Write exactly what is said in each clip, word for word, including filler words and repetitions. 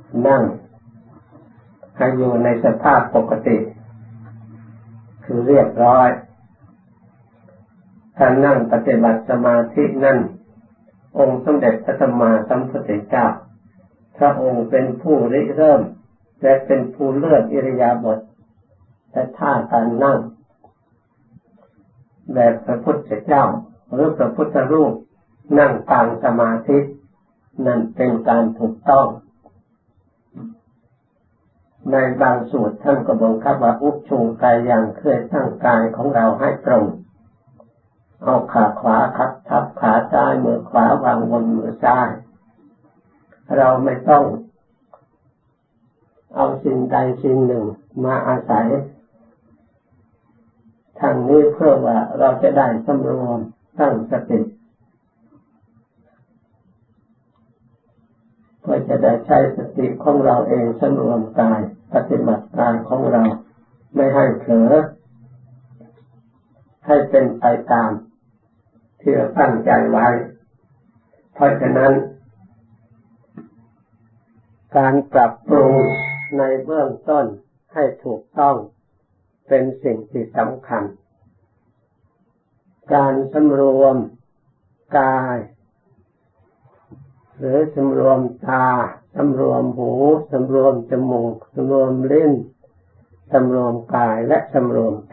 นั่งให้อยู่ในสภาพปกติคือเรียบร้อยการนั่งปฏิบัติสมาธินั่นองค์สมเด็จพระสัมมาสัมพุทธเจ้าพระองค์เป็นผู้ริเริ่มและเป็นผู้เลือกอิริยาบถและท่าการนั่งแบบพระพุทธเจ้าหรือพระพุทธรูปนั่งปางสมาธินั่นเป็นการถูกต้องในบางสูตรท่านก็บังคับว่าอุปชุงกายยังเคยตั้งกายของเราให้ตรงเอาขาขวาคัดทับขาซ้ายมือขวาวางบนมือซ้ายเราไม่ต้องเอาสิ่งใดสิ่งหนึ่งมาอาศัยทางนี้เพื่อว่าเราจะได้สำรวมตั้งสติเพื่อจะได้ใช้สติของเราเองสำรวมกายปฏิบัติกายของเราไม่ให้เผลอให้เป็นไปตามที่เราตั้งใจไว้เพราะฉะนั้นการปรับปรุงในเบื้องต้นให้ถูกต้องเป็นสิ่งที่สำคัญการสำรวมกายหรือสำรวมตาสำรวมหูสำรวมจมูกสำรวมลิ้นสำรวมกายและสำรวมใจ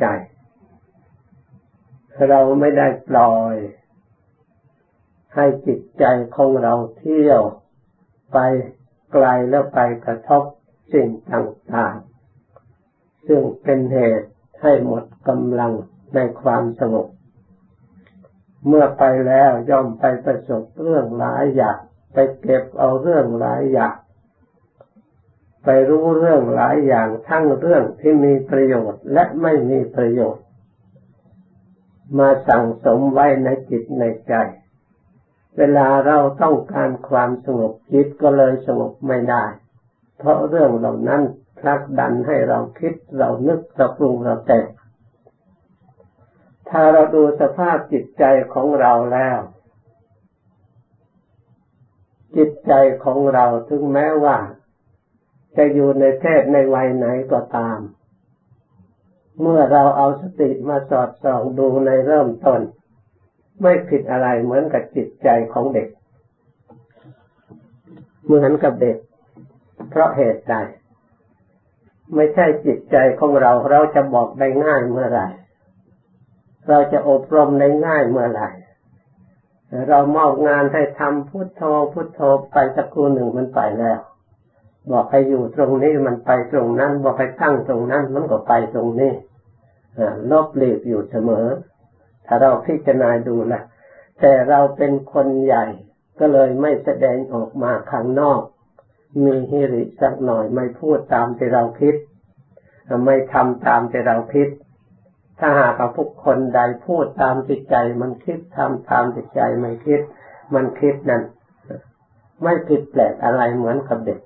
เราไม่ได้ปล่อยให้จิตใจของเราเที่ยวไปไกลแล้วไปกระทบสิ่งต่างๆซึ่งเป็นเหตุให้หมดกำลังในความสงบเมื่อไปแล้วย่อมไปประสบเรื่องหลายอย่างไปเก็บเอาเรื่องหลายอย่างไปรู้เรื่องหลายอย่างทั้งเรื่องที่มีประโยชน์และไม่มีประโยชน์มาสั่งสมไว้ในจิตในใจเวลาเราต้องการความสงบจิตก็เลยสงบไม่ได้เพราะเรื่องเหล่านั้นผลักดันให้เราคิดเรานึกเราปรุงเราแต่งถ้าเราดูสภาพจิตใจของเราแล้วจิตใจของเราถึงแม้ว่าจะอยู่ในเพศในวัยไหนก็ตามเมื่อเราเอาสติมาสอดส่องดูในเริ่มต้นไม่ผิดอะไรเหมือนกับจิตใจของเด็กเหมือนกับเด็กเพราะเหตุใดไม่ใช่จิตใจของเราเราจะบอกได้ง่ายเมื่อไหร่เราจะอบรมได้ง่ายเมื่อไหร่เรามอบงานให้ทำพุทโธพุทโธไปสักครู่หนึ่งมันไปแล้วบอกให้อยู่ตรงนี้มันไปตรงนั้นบอกให้ตั้งตรงนั้นมันก็ไปตรงนี้ลบหลีกอยู่เสมอถ้าเราพิจารณาดูนะแต่เราเป็นคนใหญ่ก็เลยไม่แสดงออกมาข้างนอกมีหิริสักหน่อยไม่พูดตามที่เราคิดไม่ทำตามที่เราคิดถ้าหากว่าผู้คนใดพูดตามจิตใจมันคิดทำตามจิตใจไม่คิดมันคิดนั่นไม่ผิดแปลกอะไรเหมือนกับเด็ก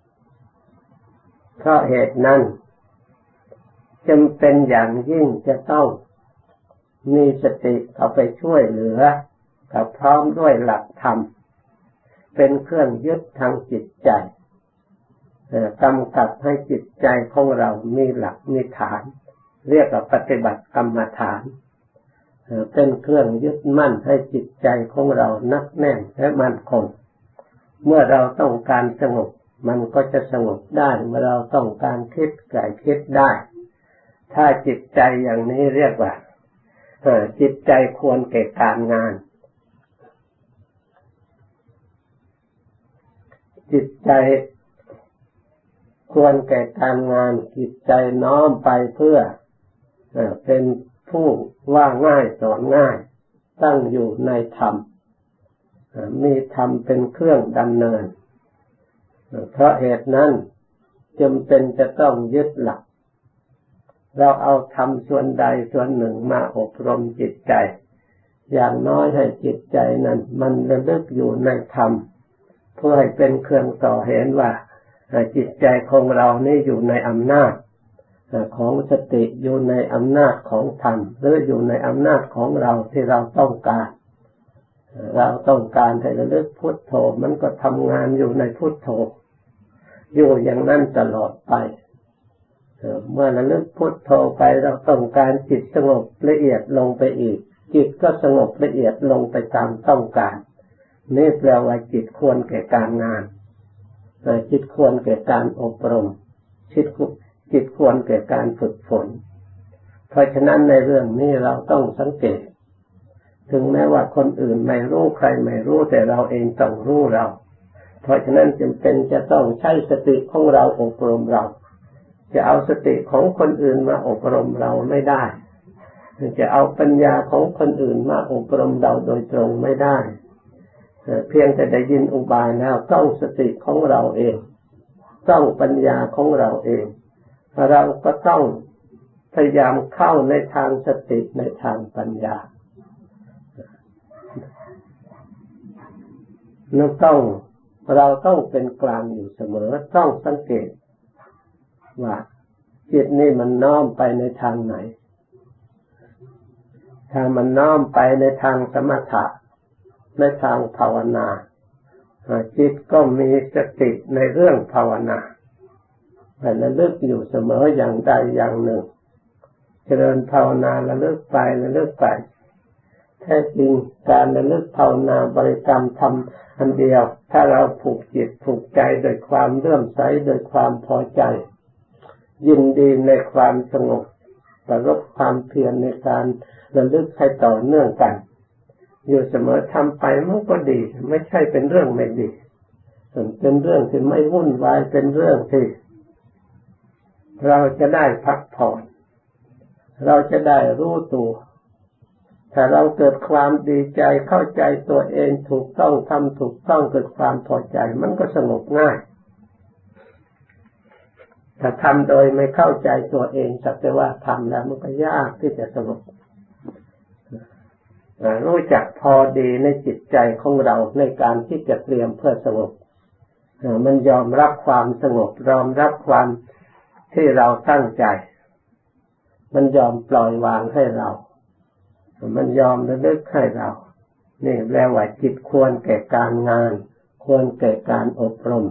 เพราะเหตุนั้นจำเป็นอย่างยิ่งจะต้องมีสติเข้าไปช่วยเหลือกับพร้อมด้วยหลักธรรมเป็นเครื่องยึดทางจิตใจกำกับให้จิตใจของเรามีหลักมีฐานเรียกว่าปฏิบัติกรรมฐานเป็นเครื่องยึดมั่นให้จิตใจของเรานักแน่นและมั่นคงเมื่อเราต้องการสงบมันก็จะสงบได้เมื่อเราต้องการคิดก็คิดได้ถ้าจิตใจอย่างนี้เรียกว่าจิตใจควรแก่การงานจิตใจควรแก่การงานจิตใจน้อมไปเพื่อเป็นผู้ว่าง่ายสอนง่ายตั้งอยู่ในธรรมมีธรรมเป็นเครื่องดำเนินเพราะเหตุนั้นจำเป็นจะต้องยึดหลักเราเอาธรรมส่วนใดส่วนหนึ่งมาอบรมจิตใจอย่างน้อยให้จิตใจนั้นมันระลึกอยู่ในธรรมเพื่อให้เป็นเครื่องต่อเห็นว่าจิตใจของเรานี่อยู่ในอำนาจของสติอยู่ในอำนาจของธรรมหรืออยู่ในอำนาจของเราที่เราต้องการเราต้องการให้ระลึกพุทโธมันก็ทำงานอยู่ในพุทโธอยู่อย่างนั้นตลอดไปเมื่อระลึกพุทโธไปเราต้องการจิตสงบละเอียดลงไปอีกจิตก็สงบละเอียดลงไปตามต้องการนี่แปลว่าจิตควรแก่การงานจิตควรแก่การอบรมจิตจิตควรแก่การฝึกฝนเพราะฉะนั้นในเรื่องนี้เราต้องสังเกตถึงแม้ว่าคนอื่นไม่รู้ใครไม่รู้แต่เราเองต้องรู้เราเพราะฉะนั้นจำเป็นจะต้องใช้สติของเราอบรมเราจะเอาสติของคนอื่นมาอบรมเราไม่ได้จะเอาปัญญาของคนอื่นมาอบรมเราโดยตรงไม่ได้เพียงแต่ได้ยินอุบายแล้วต้องสติของเราเองต้องปัญญาของเราเองเราก็ต้องพยายามเข้าในทางสติในทางปัญญาเราต้องเราต้องเป็นกลางอยู่เสมอต้องสังเกตว่าจิตนี่มันน้อมไปในทางไหนถ้ามันน้อมไปในทางสมถะในทางภาวนาจิตก็มีสติในเรื่องภาวนาแต่ระลึกอยู่เสมออย่างใดอย่างหนึ่งเจริญภาวนาระลึกไประลึกไปแท้จริงการระลึกภาวนาบริกรรมทำอันเดียวถ้าเราผูกจิตผูกใจโดยความเลื่อมใสโดยความพอใจยินดีในความสงบประรบความเพียรในการระลึกให้ต่อเนื่องกันอยู่เสมอทำไปมันก็ดีไม่ใช่เป็นเรื่องไม่ดีเป็นเรื่องที่ไม่วุ่นวายเป็นเรื่องที่เราจะได้พักผ่อนเราจะได้รู้ตัวถ้าเราเกิดความดีใจเข้าใจตัวเองถูกต้องทำถูกต้องเกิดความพอใจมันก็สงบง่ายถ้าทำโดยไม่เข้าใจตัวเองสักแต่ว่าทำแล้วมันก็ยากที่จะสงบรู้จักพอดีในจิตใจของเราในการที่จะเตรียมเพื่อสงบมันยอมรับความสงบยอมรับความที่เราตั้งใจมันยอมปล่อยวางให้เรามันยอมระลึกให้เรานี่แปลว่าจิตควรแก่การงานควรแก่การอบรม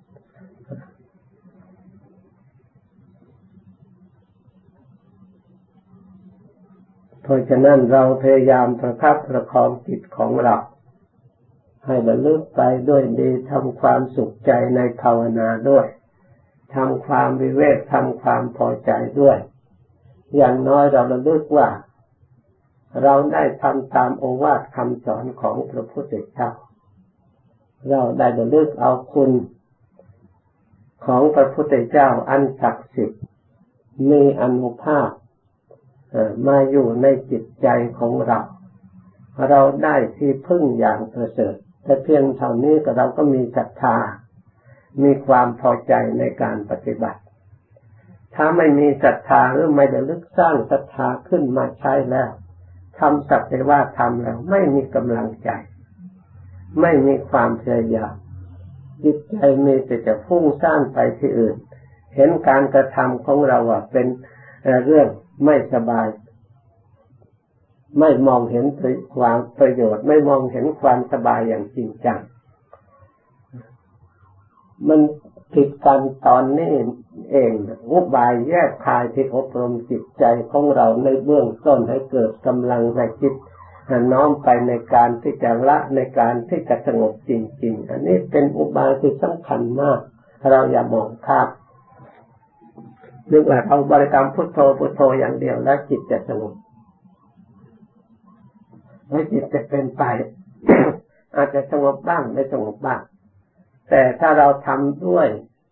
เพราะฉะนั้นเราพยายามประคับประคองจิตของเราให้ระลึกไปด้วยดีทำความสุขใจในภาวนาด้วยทำความวิเวกทำความพอใจด้วยอย่างน้อยเราระลึกว่าเราได้ทำตามโอวาทคำสอนของพระพุทธเจ้าเราได้ระลึกเอาคุณของพระพุทธเจ้าอันศักดิ์สิทธิ์มีอานุภาพมาอยู่ในจิตใจของเราเราได้ที่พึ่งอย่างประเสริฐแต่เพียงเท่านี้ก็เราก็มีศรัทธามีความพอใจในการปฏิบัติถ้าไม่มีศรัทธาหรือไม่ระลึกสร้างศรัทธาขึ้นมาใช้แล้วทำสักแต่ว่าทำแล้วไม่มีกำลังใจไม่มีความพยายามจิตใจมีแต่จะฟุ้งซ่านไปที่อื่นเห็นการกระทำของเราว่าเป็นเรื่องไม่สบายไม่มองเห็นความประโยชน์ไม่มองเห็นความสบายอย่างจริงจังมันผิดกันตอนนี้เองอุบายแยกคายที่อบรมจิตใจของเราในเบื้องต้นให้เกิดกำลังให้จิตน้อมไปในการที่จะละในการที่จะสงบจริงๆอันนี้เป็นอุบายที่สำคัญมากเราอย่ามองข้ามนึกว่าเราบริกรรมพุทโธพุทโธอย่างเดียวแล้วจิตจะสงบแล้วจิตจะเป็นไป อาจจะสงบบ้างไม่สงบบ้างแต่ถ้าเราทำด้วย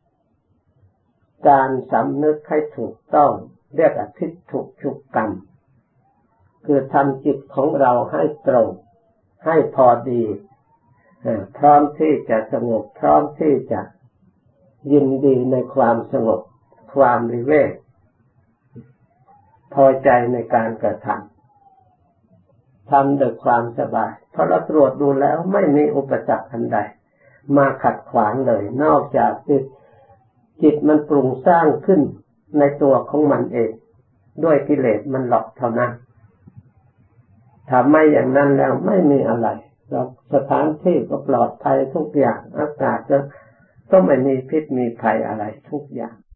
การสำนึกให้ถูกต้องเรียกว่าทิฏฐุชุกกรรมคือทำจิตของเราให้ตรงให้พอดีพร้อมที่จะสงบพร้อมที่จะยินดีในความสงบความวิเวกพอใจในการกระทำทำด้วยความสบายเพราะเราตรวจดูแล้วไม่มีอุปสรรคอันใดมาขัดขวางเลยนอกจากที่จิตมันปรุงสร้างขึ้นในตัวของมันเองด้วยกิเลสมันหลอกเท่านั้นถ้าไม่อย่างนั้นแล้วไม่มีอะไรเราสถานที่ก็ปลอดภัยทุกอย่างอากาศก็ก็ไม่มีพิษมีภัยอะไรทุกอย่าง